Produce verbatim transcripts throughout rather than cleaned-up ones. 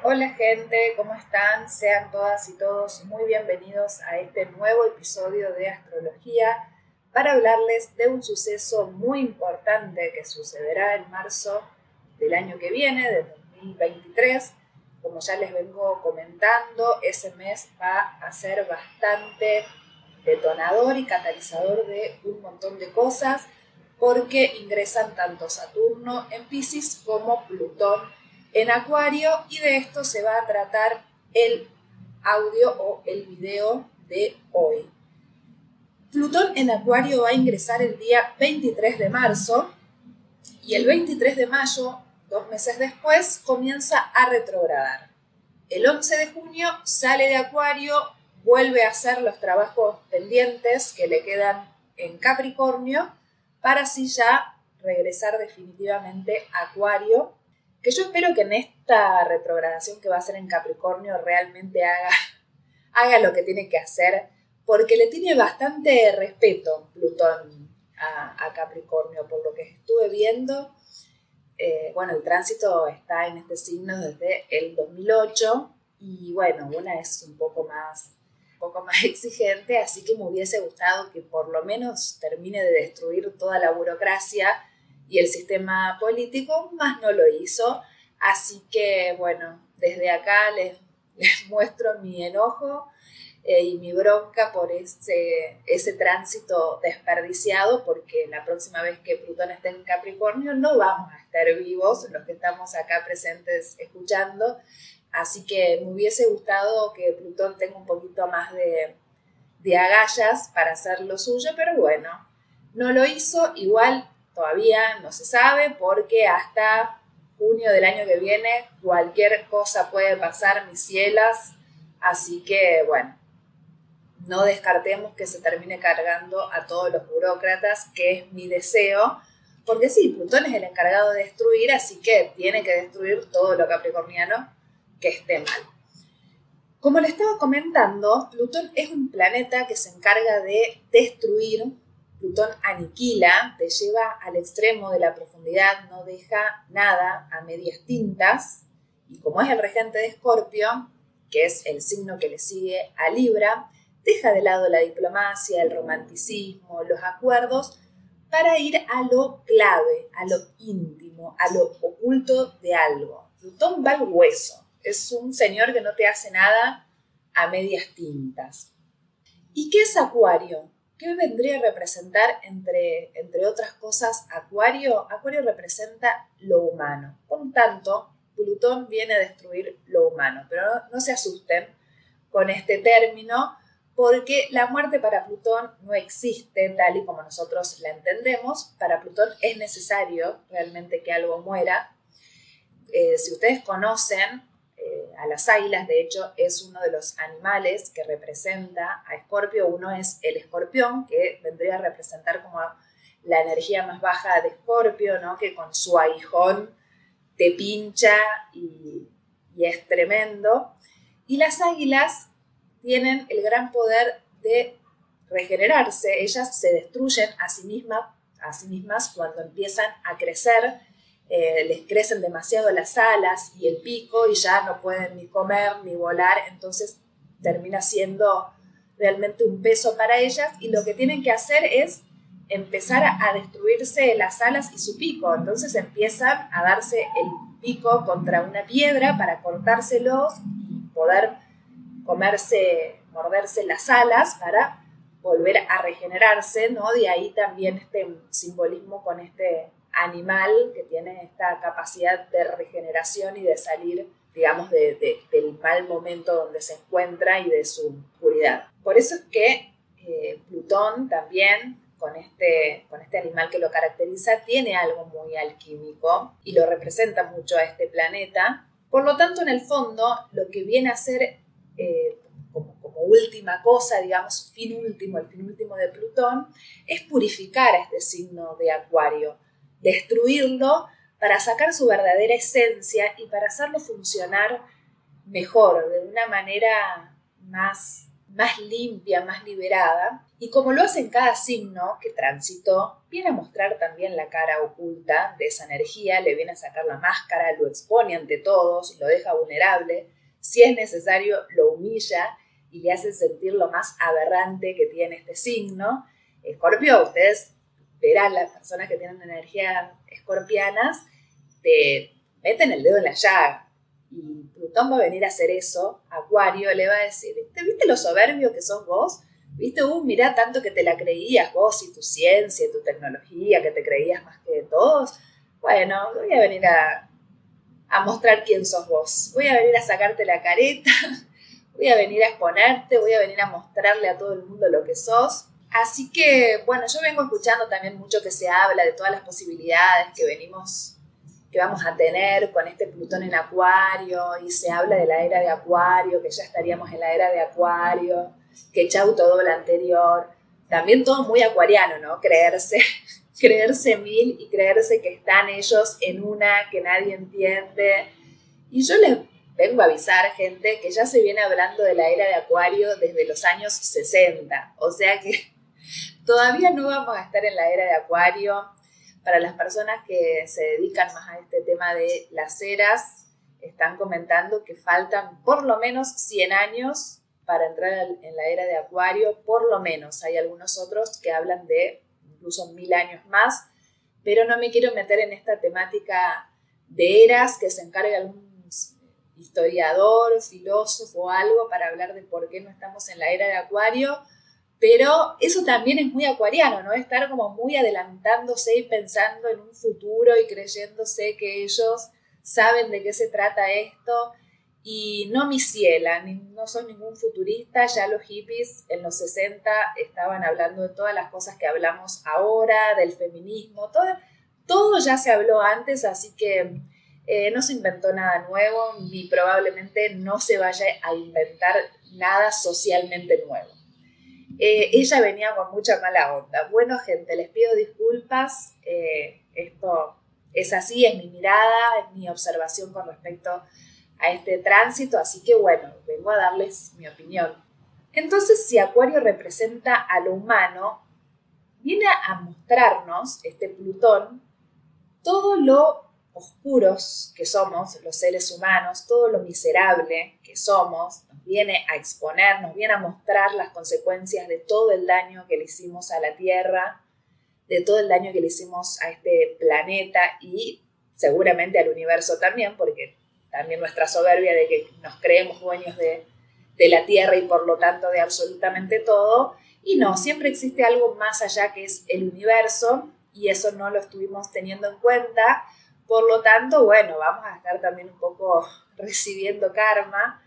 Hola gente, ¿cómo están? Sean todas y todos muy bienvenidos a este nuevo episodio de Astrología para hablarles de un suceso muy importante que sucederá en marzo del año que viene, de dos mil veintitrés. Como ya les vengo comentando, ese mes va a ser bastante detonador y catalizador de un montón de cosas porque ingresan tanto Saturno en Piscis como Plutón en Acuario, y de esto se va a tratar el audio o el video de hoy. Plutón en Acuario va a ingresar el día veintitrés de marzo y el veintitrés de mayo, dos meses después, comienza a retrogradar. El once de junio sale de Acuario, vuelve a hacer los trabajos pendientes que le quedan en Capricornio para así ya regresar definitivamente a Acuario, que yo espero que en esta retrogradación que va a hacer en Capricornio realmente haga, haga lo que tiene que hacer, porque le tiene bastante respeto Plutón a, a Capricornio, por lo que estuve viendo. Eh, bueno, el tránsito está en este signo desde el dos mil ocho y bueno, una es un poco más, un poco más exigente, así que me hubiese gustado que por lo menos termine de destruir toda la burocracia y el sistema político, más no lo hizo. Así que bueno, desde acá les, les muestro mi enojo eh, y mi bronca por ese, ese tránsito desperdiciado, porque la próxima vez que Plutón esté en Capricornio no vamos a estar vivos los que estamos acá presentes escuchando, así que me hubiese gustado que Plutón tenga un poquito más de, de agallas para hacer lo suyo, pero bueno, no lo hizo. Igual todavía no se sabe porque hasta junio del año que viene cualquier cosa puede pasar, mis cielas, así que bueno, no descartemos que se termine cargando a todos los burócratas, que es mi deseo, porque sí, Plutón es el encargado de destruir, así que tiene que destruir todo lo capricorniano que esté mal. Como le estaba comentando, Plutón es un planeta que se encarga de destruir. Plutón aniquila, te lleva al extremo de la profundidad, no deja nada a medias tintas, y como es el regente de Escorpio, que es el signo que le sigue a Libra, deja de lado la diplomacia, el romanticismo, los acuerdos, para ir a lo clave, a lo íntimo, a lo oculto de algo. Plutón va al hueso, es un señor que no te hace nada a medias tintas. ¿Y qué es Acuario? ¿Qué vendría a representar, entre, entre otras cosas, Acuario? Acuario representa lo humano. Por tanto, Plutón viene a destruir lo humano. Pero no, no se asusten con este término, porque la muerte para Plutón no existe tal y como nosotros la entendemos. Para Plutón es necesario realmente que algo muera. Eh, si ustedes conocen eh, a las águilas, de hecho es uno de los animales que representa a Escorpio. Uno es el escorpión, que vendría a representar como la energía más baja de Escorpio, ¿no? Que con su aguijón te pincha y, y es tremendo. Y las águilas tienen el gran poder de regenerarse. Ellas se destruyen a sí mismas, a sí mismas cuando empiezan a crecer. Eh, les crecen demasiado las alas y el pico y ya no pueden ni comer ni volar, entonces termina siendo realmente un peso para ellas, y lo que tienen que hacer es empezar a destruirse las alas y su pico. Entonces empiezan a darse el pico contra una piedra para cortárselos y poder comerse, morderse las alas para volver a regenerarse, ¿no? De ahí también este simbolismo con este animal que tiene esta capacidad de regeneración y de salir, digamos, de, de, del mal momento donde se encuentra y de su oscuridad. Por eso es que eh, Plutón también, con este, con este animal que lo caracteriza, tiene algo muy alquímico y lo representa mucho a este planeta. Por lo tanto, en el fondo, lo que viene a ser eh, como, como última cosa, digamos, fin último, el fin último de Plutón, es purificar a este signo de Acuario, destruirlo para sacar su verdadera esencia y para hacerlo funcionar mejor, de una manera más, más limpia, más liberada. Y como lo hace en cada signo que transitó, viene a mostrar también la cara oculta de esa energía, le viene a sacar la máscara, lo expone ante todos, lo deja vulnerable. Si es necesario, lo humilla y le hace sentir lo más aberrante que tiene este signo. Escorpio, ustedes verán, las personas que tienen energías escorpianas te meten el dedo en la llaga. Y Plutón va a venir a hacer eso. Acuario le va a decir, ¿viste, ¿viste lo soberbio que sos vos? ¿Viste? Uh, mirá tanto que te la creías vos y tu ciencia y tu tecnología, que te creías más que de todos. Bueno, voy a venir a, a mostrar quién sos vos. Voy a venir a sacarte la careta, voy a venir a exponerte, voy a venir a mostrarle a todo el mundo lo que sos. Así que, bueno, yo vengo escuchando también mucho que se habla de todas las posibilidades que venimos que vamos a tener con este Plutón en Acuario, y se habla de la era de Acuario, que ya estaríamos en la era de Acuario, que chau todo lo anterior. También todo muy acuariano, ¿no? Creerse, creerse mil y creerse que están ellos en una que nadie entiende. Y yo les vengo a avisar, gente, que ya se viene hablando de la era de Acuario desde los años sesenta. O sea que todavía no vamos a estar en la era de Acuario. Para las personas que se dedican más a este tema de las eras, están comentando que faltan por lo menos cien años para entrar en la era de Acuario, por lo menos. Hay algunos otros que hablan de incluso mil años más, pero no me quiero meter en esta temática de eras, que se encargue algún historiador, filósofo o algo para hablar de por qué no estamos en la era de Acuario. Pero eso también es muy acuariano, ¿no? Estar como muy adelantándose y pensando en un futuro y creyéndose que ellos saben de qué se trata esto. Y no, mi ciela, no soy ningún futurista. Ya los hippies en los sesenta estaban hablando de todas las cosas que hablamos ahora, del feminismo, todo, todo ya se habló antes, así que eh, no se inventó nada nuevo, ni probablemente no se vaya a inventar nada socialmente nuevo. Eh, ella venía con mucha mala onda. Bueno, gente, les pido disculpas. Eh, esto es así, es mi mirada, es mi observación con respecto a este tránsito. Así que, bueno, vengo a darles mi opinión. Entonces, si Acuario representa a lo humano, viene a mostrarnos, este Plutón, todo lo oscuros que somos los seres humanos, todo lo miserable que somos. Nos viene a exponer, nos viene a mostrar las consecuencias de todo el daño que le hicimos a la Tierra, de todo el daño que le hicimos a este planeta y seguramente al universo también, porque también nuestra soberbia de que nos creemos dueños de, de la Tierra y por lo tanto de absolutamente todo. Y no, siempre existe algo más allá que es el universo, y eso no lo estuvimos teniendo en cuenta. Por lo tanto, bueno, vamos a estar también un poco recibiendo karma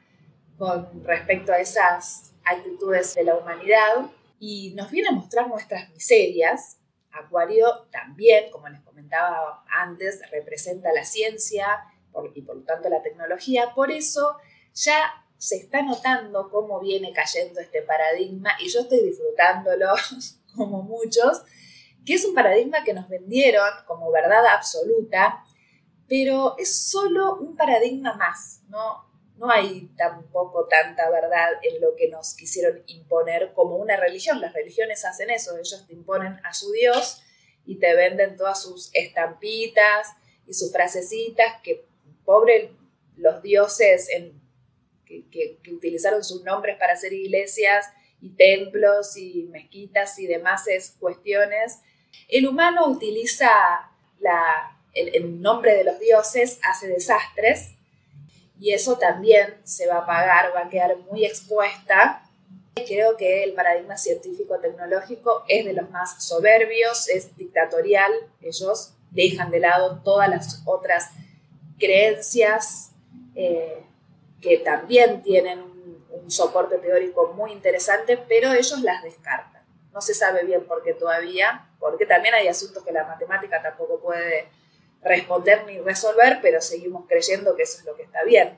con respecto a esas actitudes de la humanidad, y nos viene a mostrar nuestras miserias. Acuario también, como les comentaba antes, representa la ciencia y por lo tanto la tecnología. Por eso ya se está notando cómo viene cayendo este paradigma, y yo estoy disfrutándolo como muchos, que es un paradigma que nos vendieron como verdad absoluta, pero es solo un paradigma más, ¿no? No hay tampoco tanta verdad en lo que nos quisieron imponer como una religión. Las religiones hacen eso, ellos te imponen a su Dios y te venden todas sus estampitas y sus frasecitas, que pobre los dioses en, que, que, que utilizaron sus nombres para hacer iglesias y templos y mezquitas y demás cuestiones. El humano utiliza la, el, el nombre de los dioses, hace desastres, y eso también se va a pagar, va a quedar muy expuesta. Creo que el paradigma científico-tecnológico es de los más soberbios, es dictatorial. Ellos dejan de lado todas las otras creencias eh, que también tienen un, un soporte teórico muy interesante, pero ellos las descartan. No se sabe bien por qué todavía, porque también hay asuntos que la matemática tampoco puede responder ni resolver, pero seguimos creyendo que eso es lo que está bien.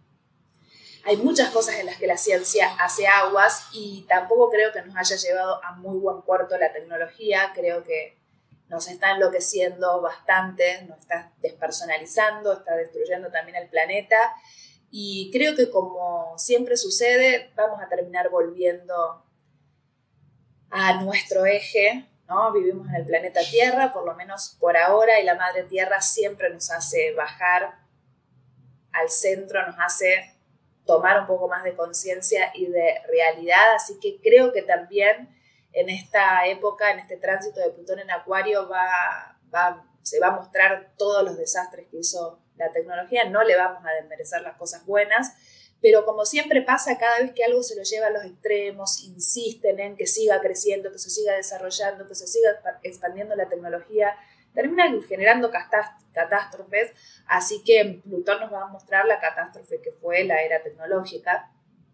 Hay muchas cosas en las que la ciencia hace aguas, y tampoco creo que nos haya llevado a muy buen puerto la tecnología. Creo que nos está enloqueciendo bastante, nos está despersonalizando, está destruyendo también el planeta, y creo que como como siempre sucede, vamos a terminar volviendo a nuestro eje, ¿no? Vivimos en el planeta Tierra, por lo menos por ahora, y la Madre Tierra siempre nos hace bajar al centro, nos hace tomar un poco más de conciencia y de realidad, así que creo que también en esta época, en este tránsito de Plutón en Acuario, va, va, se va a mostrar todos los desastres que hizo la tecnología. No le vamos a desmerecer las cosas buenas, pero como siempre pasa, cada vez que algo se lo lleva a los extremos, insisten en que siga creciendo, que se siga desarrollando, que se siga expandiendo la tecnología, termina generando catástrofes, así que Plutón nos va a mostrar la catástrofe que fue la era tecnológica.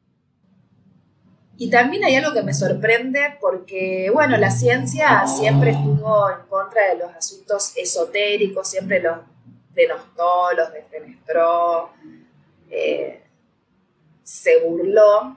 Y también hay algo que me sorprende porque, bueno, la ciencia siempre estuvo en contra de los asuntos esotéricos, siempre los denostó, los defenestró, eh, se burló.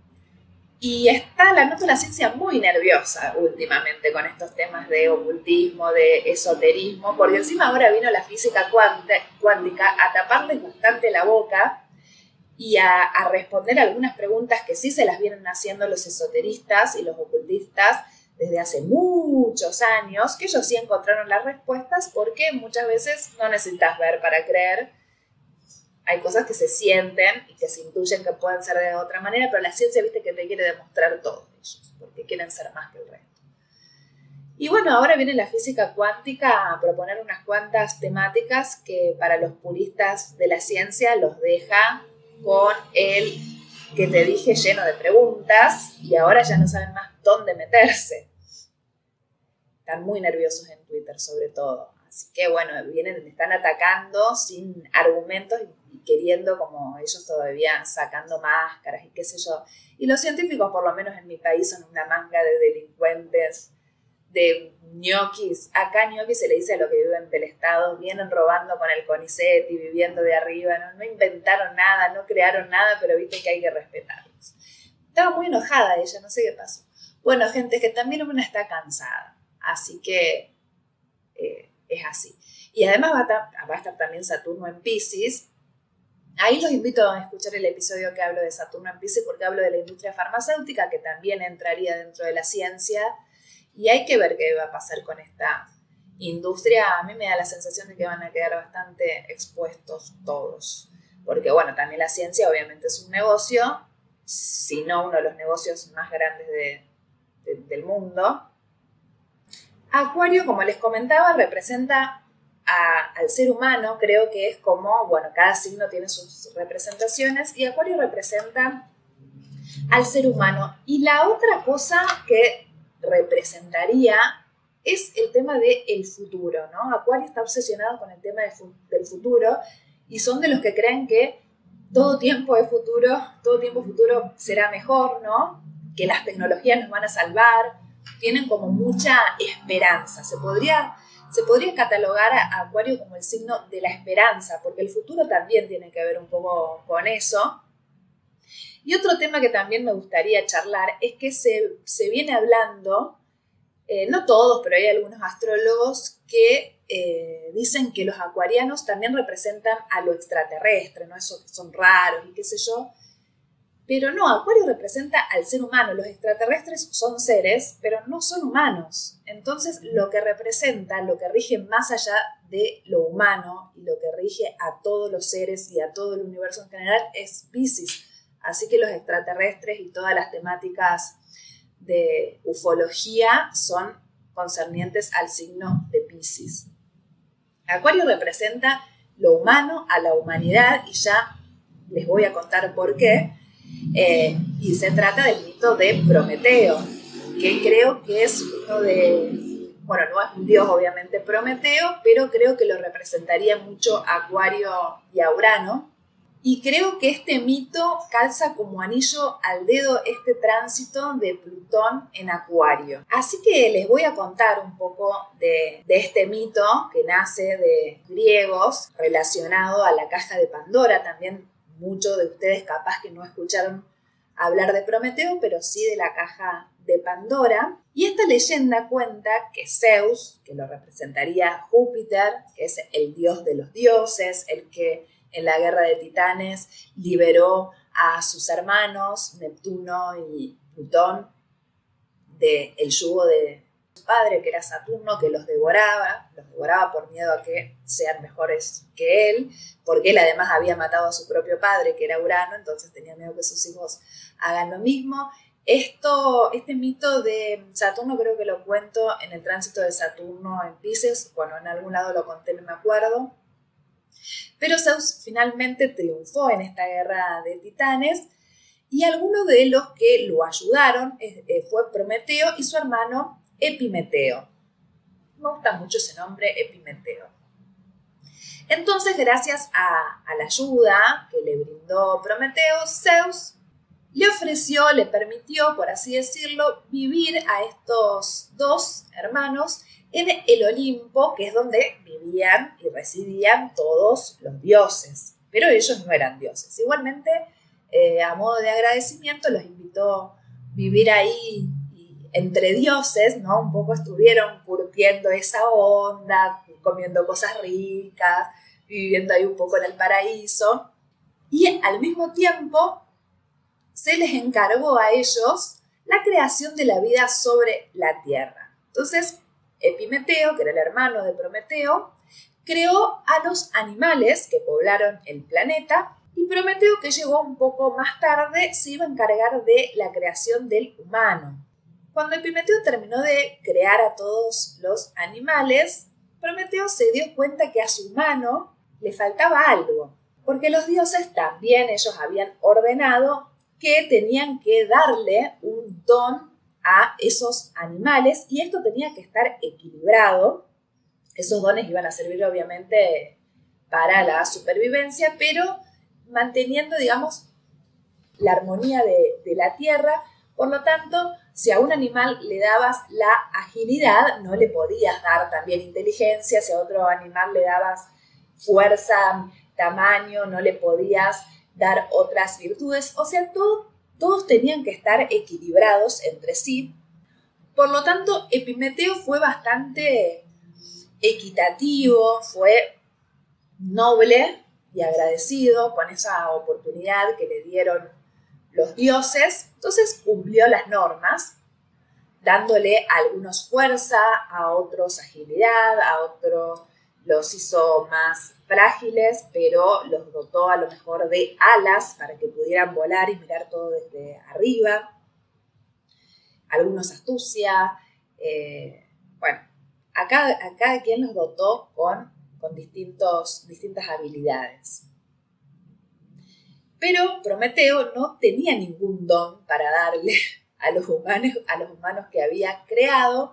Y está, la noto la ciencia muy nerviosa últimamente con estos temas de ocultismo, de esoterismo, porque encima ahora vino la física cuántica a taparles bastante la boca y a, a responder algunas preguntas que sí se las vienen haciendo los esoteristas y los ocultistas desde hace muchos años, que ellos sí encontraron las respuestas porque muchas veces no necesitas ver para creer. Hay cosas que se sienten y que se intuyen que pueden ser de otra manera, pero la ciencia, viste, que te quiere demostrar todo ellos, porque quieren ser más que el resto. Y bueno, ahora viene la física cuántica a proponer unas cuantas temáticas que para los puristas de la ciencia los deja con el que te dije lleno de preguntas y ahora ya no saben más dónde meterse. Están muy nerviosos en Twitter sobre todo. Así que bueno, vienen, me están atacando sin argumentos y queriendo como ellos todavía sacando máscaras y qué sé yo. Y los científicos, por lo menos en mi país, son una manga de delincuentes, de ñoquis. Acá ñoquis se le dice a los que viven del Estado, vienen robando con el CONICET y viviendo de arriba, ¿no? No inventaron nada, no crearon nada, pero viste que hay que respetarlos. Estaba muy enojada ella, no sé qué pasó. Bueno, gente, que también una está cansada, así que eh, es así. Y además va a, estar, va a estar también Saturno en Piscis. Ahí los invito a escuchar el episodio que hablo de Saturno en Piscis porque hablo de la industria farmacéutica, que también entraría dentro de la ciencia. Y hay que ver qué va a pasar con esta industria. A mí me da la sensación de que van a quedar bastante expuestos todos. Porque, bueno, también la ciencia obviamente es un negocio, si no uno de los negocios más grandes de, de, del mundo. Acuario, como les comentaba, representa a, al ser humano. Creo que es como, bueno, cada signo tiene sus representaciones y Acuario representa al ser humano. Y la otra cosa que representaría es el tema del futuro, ¿no? Acuario está obsesionado con el tema de fu- del futuro y son de los que creen que todo tiempo es futuro, todo tiempo futuro será mejor, ¿no? Que las tecnologías nos van a salvar, tienen como mucha esperanza. Se podría, se podría catalogar a Acuario como el signo de la esperanza, porque el futuro también tiene que ver un poco con eso. Y otro tema que también me gustaría charlar es que se, se viene hablando, eh, no todos, pero hay algunos astrólogos que eh, dicen que los acuarianos también representan a lo extraterrestre, ¿no? Eso que son raros y qué sé yo. Pero no, Acuario representa al ser humano. Los extraterrestres son seres, pero no son humanos. Entonces, lo que representa, lo que rige más allá de lo humano y lo que rige a todos los seres y a todo el universo en general es Piscis. Así que los extraterrestres y todas las temáticas de ufología son concernientes al signo de Piscis. Acuario representa lo humano a la humanidad y ya les voy a contar por qué. Eh, y se trata del mito de Prometeo, que creo que es uno de, bueno, no es un dios obviamente Prometeo, pero creo que lo representaría mucho Acuario y a Urano. Y creo que este mito calza como anillo al dedo este tránsito de Plutón en Acuario. Así que les voy a contar un poco de, de este mito que nace de griegos relacionado a la caja de Pandora. También muchos de ustedes capaz que no escucharon hablar de Prometeo, pero sí de la caja de Pandora. Y esta leyenda cuenta que Zeus, que lo representaría Júpiter, que es el dios de los dioses, el que en la guerra de titanes liberó a sus hermanos, Neptuno y Plutón, del yugo de su padre, que era Saturno, que los devoraba, los devoraba por miedo a que sean mejores que él, porque él además había matado a su propio padre, que era Urano, entonces tenía miedo que sus hijos hagan lo mismo. Esto, este mito de Saturno creo que lo cuento en el tránsito de Saturno en Piscis, bueno, en algún lado lo conté, no me acuerdo, pero Zeus finalmente triunfó en esta guerra de titanes y algunos de los que lo ayudaron eh, fue Prometeo y su hermano Epimeteo. Me gusta mucho ese nombre, Epimeteo. Entonces, gracias a, a la ayuda que le brindó Prometeo, Zeus le ofreció, le permitió, por así decirlo, vivir a estos dos hermanos en el Olimpo, que es donde vivían y residían todos los dioses. Pero ellos no eran dioses. Igualmente, eh, a modo de agradecimiento, los invitó a vivir ahí y, entre dioses, ¿no? Un poco estuvieron curtiendo esa onda, comiendo cosas ricas, viviendo ahí un poco en el paraíso. Y al mismo tiempo, se les encargó a ellos la creación de la vida sobre la tierra. Entonces, Epimeteo, que era el hermano de Prometeo, creó a los animales que poblaron el planeta y Prometeo, que llegó un poco más tarde, se iba a encargar de la creación del humano. Cuando Epimeteo terminó de crear a todos los animales, Prometeo se dio cuenta que a su humano le faltaba algo, porque los dioses también ellos habían ordenado que tenían que darle un don a esos animales y esto tenía que estar equilibrado. Esos dones iban a servir obviamente para la supervivencia, pero manteniendo, digamos, la armonía de, de la tierra. Por lo tanto, si a un animal le dabas la agilidad, no le podías dar también inteligencia. Si a otro animal le dabas fuerza, tamaño, no le podías dar otras virtudes, o sea, todo, todos tenían que estar equilibrados entre sí. Por lo tanto, Epimeteo fue bastante equitativo, fue noble y agradecido con esa oportunidad que le dieron los dioses. Entonces cumplió las normas, dándole a algunos fuerza, a otros agilidad, a otros los hizo más frágiles, pero los dotó a lo mejor de alas para que pudieran volar y mirar todo desde arriba. Algunos astucia. Eh, bueno, a cada, a cada quien los dotó con, con distintos, distintas habilidades. Pero Prometeo no tenía ningún don para darle a los humanos, a los humanos que había creado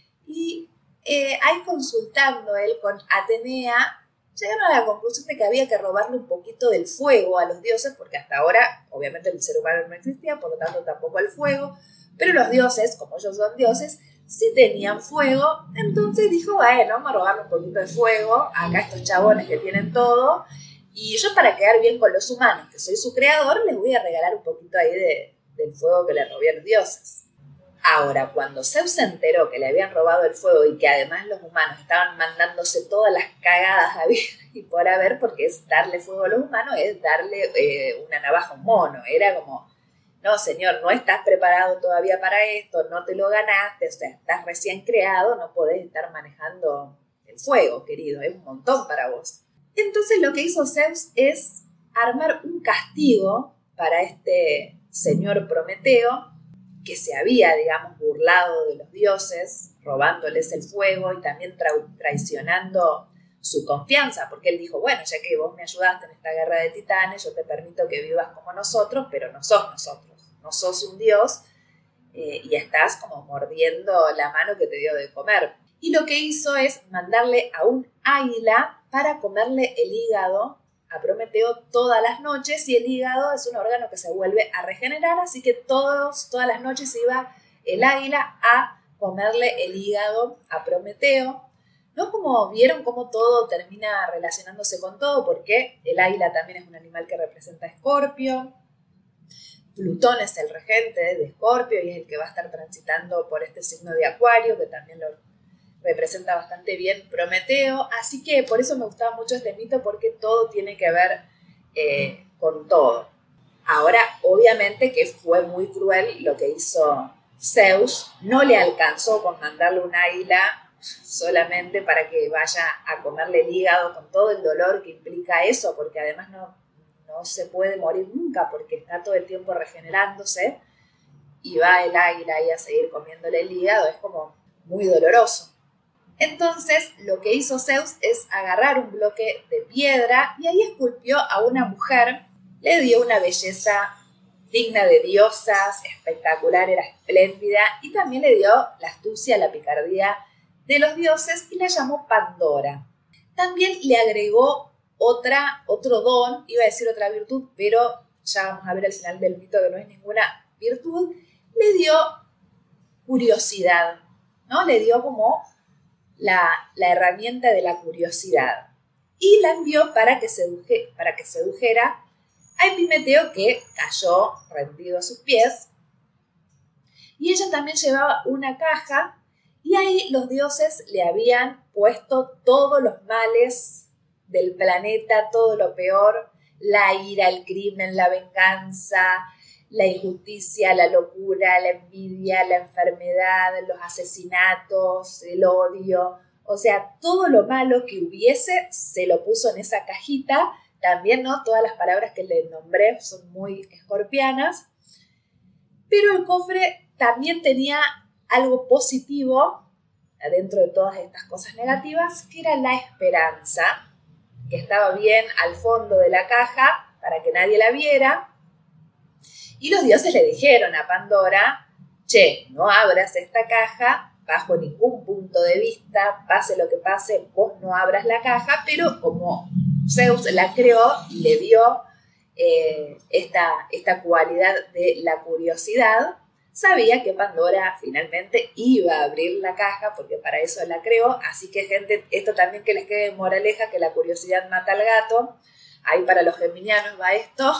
y Eh, ahí consultando él con Atenea, llegaron a la conclusión de que había que robarle un poquito del fuego a los dioses, porque hasta ahora, obviamente, el ser humano no existía, por lo tanto tampoco el fuego, pero los dioses, como ellos son dioses, sí tenían fuego. Entonces dijo, bueno, vamos a robarle un poquito de fuego acá a estos chabones que tienen todo, y yo para quedar bien con los humanos, que soy su creador, les voy a regalar un poquito ahí de, del fuego que le robé a los dioses. Ahora, cuando Zeus se enteró que le habían robado el fuego y que además los humanos estaban mandándose todas las cagadas a ver y por haber, porque es darle fuego a los humanos, es darle eh, una navaja a un mono. Era como, no señor, no estás preparado todavía para esto, no te lo ganaste, o sea, estás recién creado, no podés estar manejando el fuego, querido, es un montón para vos. Entonces lo que hizo Zeus es armar un castigo para este señor Prometeo, que se había, digamos, burlado de los dioses, robándoles el fuego y también tra- traicionando su confianza, porque él dijo, bueno, ya que vos me ayudaste en esta guerra de titanes, yo te permito que vivas como nosotros, pero no sos nosotros, no sos un dios eh, y estás como mordiendo la mano que te dio de comer. Y lo que hizo es mandarle a un águila para comerle el hígado a Prometeo todas las noches, y el hígado es un órgano que se vuelve a regenerar, así que todos, todas las noches iba el águila a comerle el hígado a Prometeo. ¿No? Como vieron cómo todo termina relacionándose con todo, porque el águila también es un animal que representa a Escorpio. Plutón es el regente de Escorpio y es el que va a estar transitando por este signo de Acuario, que también lo representa bastante bien Prometeo, así que por eso me gustaba mucho este mito, porque todo tiene que ver eh, con todo. Ahora, obviamente que fue muy cruel lo que hizo Zeus, no le alcanzó con mandarle un águila solamente para que vaya a comerle el hígado con todo el dolor que implica eso, porque además no, no se puede morir nunca porque está todo el tiempo regenerándose y va el águila ahí a seguir comiéndole el hígado, es como muy doloroso. Entonces lo que hizo Zeus es agarrar un bloque de piedra y ahí esculpió a una mujer, le dio una belleza digna de diosas, espectacular, era espléndida, y también le dio la astucia, la picardía de los dioses y la llamó Pandora. También le agregó otra, otro don, iba a decir otra virtud, pero ya vamos a ver al final del mito que no es ninguna virtud, le dio curiosidad, ¿no? Le dio como la, la herramienta de la curiosidad y la envió para que, seduje, para que sedujera a Epimeteo, que cayó rendido a sus pies, y ella también llevaba una caja y ahí los dioses le habían puesto todos los males del planeta, todo lo peor, la ira, el crimen, la venganza, la injusticia, la locura, la envidia, la enfermedad, los asesinatos, el odio, o sea, todo lo malo que hubiese se lo puso en esa cajita. También, ¿no? Todas las palabras que le nombré son muy escorpianas, pero el cofre también tenía algo positivo, adentro de todas estas cosas negativas, que era la esperanza, que estaba bien al fondo de la caja para que nadie la viera, y los dioses le dijeron a Pandora, che, no abras esta caja bajo ningún punto de vista, pase lo que pase, vos no abras la caja, pero como Zeus la creó y le dio eh, esta, esta cualidad de la curiosidad, sabía que Pandora finalmente iba a abrir la caja porque para eso la creó. Así que, gente, esto también que les quede moraleja, que la curiosidad mata al gato. Ahí para los geminianos va esto.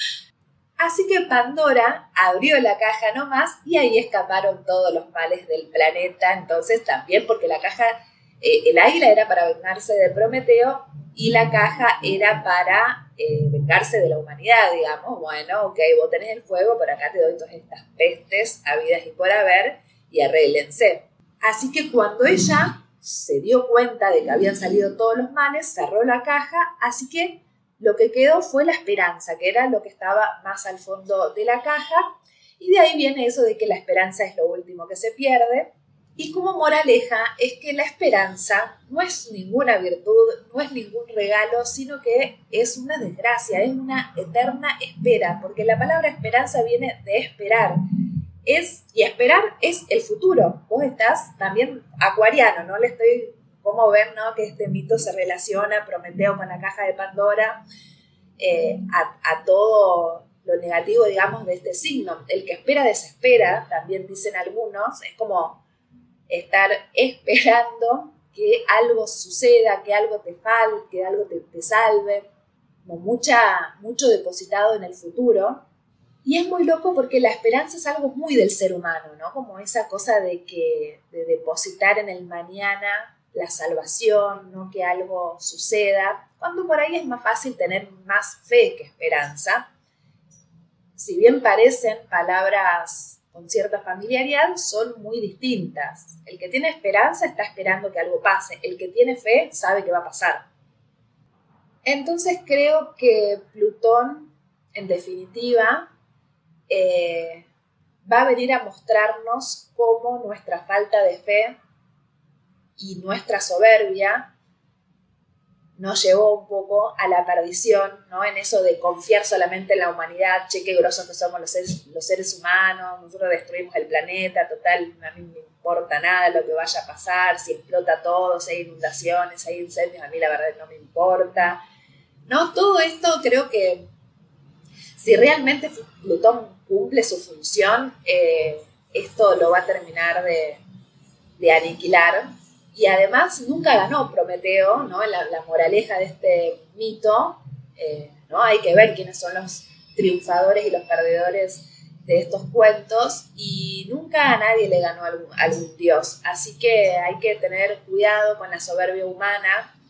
Así que Pandora abrió la caja nomás y ahí escaparon todos los males del planeta. Entonces también porque la caja, eh, el águila era para vengarse de Prometeo y la caja era para eh, vengarse de la humanidad, digamos. Bueno, ok, vos tenés el fuego, pero acá te doy todas estas pestes habidas y por haber y arréglense. Así que cuando ella se dio cuenta de que habían salido todos los males, cerró la caja, así que lo que quedó fue la esperanza, que era lo que estaba más al fondo de la caja, y de ahí viene eso de que la esperanza es lo último que se pierde. Y como moraleja es que la esperanza no es ninguna virtud, no es ningún regalo, sino que es una desgracia, es una eterna espera, porque la palabra esperanza viene de esperar. Es, y esperar es el futuro. Vos estás también acuariano, ¿no? Le estoy, como ven, ¿no? Que este mito se relaciona, Prometeo con la caja de Pandora, eh, a, a todo lo negativo, digamos, de este signo. El que espera desespera, también dicen algunos, es como estar esperando que algo suceda, que algo te falte, que algo te, te salve, como mucha, mucho depositado en el futuro. Y es muy loco porque la esperanza es algo muy del ser humano, ¿no? Como esa cosa de que de depositar en el mañana la salvación, ¿no? Que algo suceda, cuando por ahí es más fácil tener más fe que esperanza. Si bien parecen palabras con cierta familiaridad, son muy distintas. El que tiene esperanza está esperando que algo pase. El que tiene fe sabe que va a pasar. Entonces creo que Plutón, en definitiva, eh, va a venir a mostrarnos cómo nuestra falta de fe y nuestra soberbia nos llevó un poco a la perdición, ¿no? En eso de confiar solamente en la humanidad, che, qué grosos que somos los seres, los seres humanos, nosotros destruimos el planeta, total, a mí no me importa nada lo que vaya a pasar, si explota todo, si hay inundaciones, si hay incendios, a mí la verdad no me importa, ¿no? Todo esto creo que si realmente Plutón cumple su función, eh, esto lo va a terminar de, de aniquilar. Y además nunca ganó Prometeo, ¿no? La, la moraleja de este mito, eh, ¿no? Hay que ver quiénes son los triunfadores y los perdedores de estos cuentos, y nunca a nadie le ganó algún, algún dios. Así que hay que tener cuidado con la soberbia humana,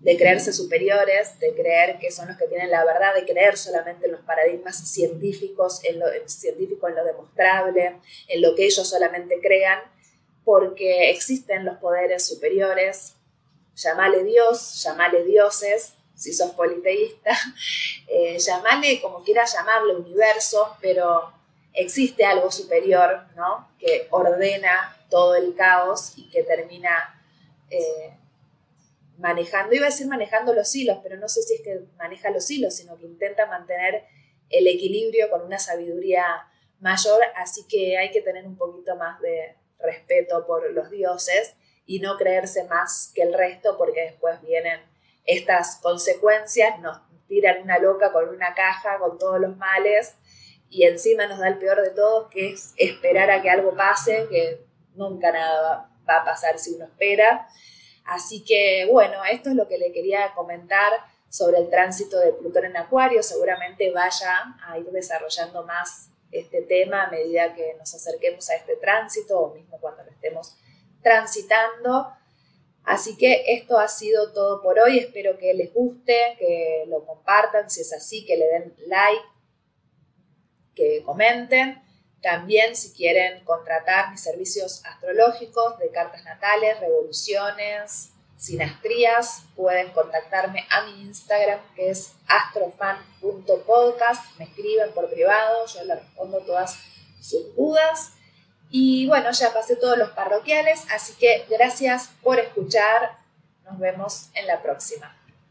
de creerse superiores, de creer que son los que tienen la verdad, de creer solamente en los paradigmas científicos, en lo, en científico, en lo demostrable, en lo que ellos solamente crean, porque existen los poderes superiores, llamale Dios, llamale dioses, si sos politeísta, eh, llamale como quieras llamarle universo, pero existe algo superior, ¿no? Que ordena todo el caos y que termina eh, manejando, iba a decir manejando los hilos, pero no sé si es que maneja los hilos, sino que intenta mantener el equilibrio con una sabiduría mayor, así que hay que tener un poquito más de respeto por los dioses y no creerse más que el resto, porque después vienen estas consecuencias, nos tiran una loca con una caja con todos los males y encima nos da el peor de todos, que es esperar a que algo pase, que nunca nada va a pasar si uno espera. Así que bueno, esto es lo que le quería comentar sobre el tránsito de Plutón en Acuario. Seguramente vaya a ir desarrollando más este tema a medida que nos acerquemos a este tránsito o mismo cuando lo estemos transitando. Así que esto ha sido todo por hoy. Espero que les guste, que lo compartan. Si es así, que le den like, que comenten. También si quieren contratar mis servicios astrológicos de cartas natales, revoluciones, sinastrías, pueden contactarme a mi Instagram, que es astrofan punto podcast. Me escriben por privado, yo les respondo todas sus dudas. Y bueno, ya pasé todos los parroquiales, así que gracias por escuchar. Nos vemos en la próxima.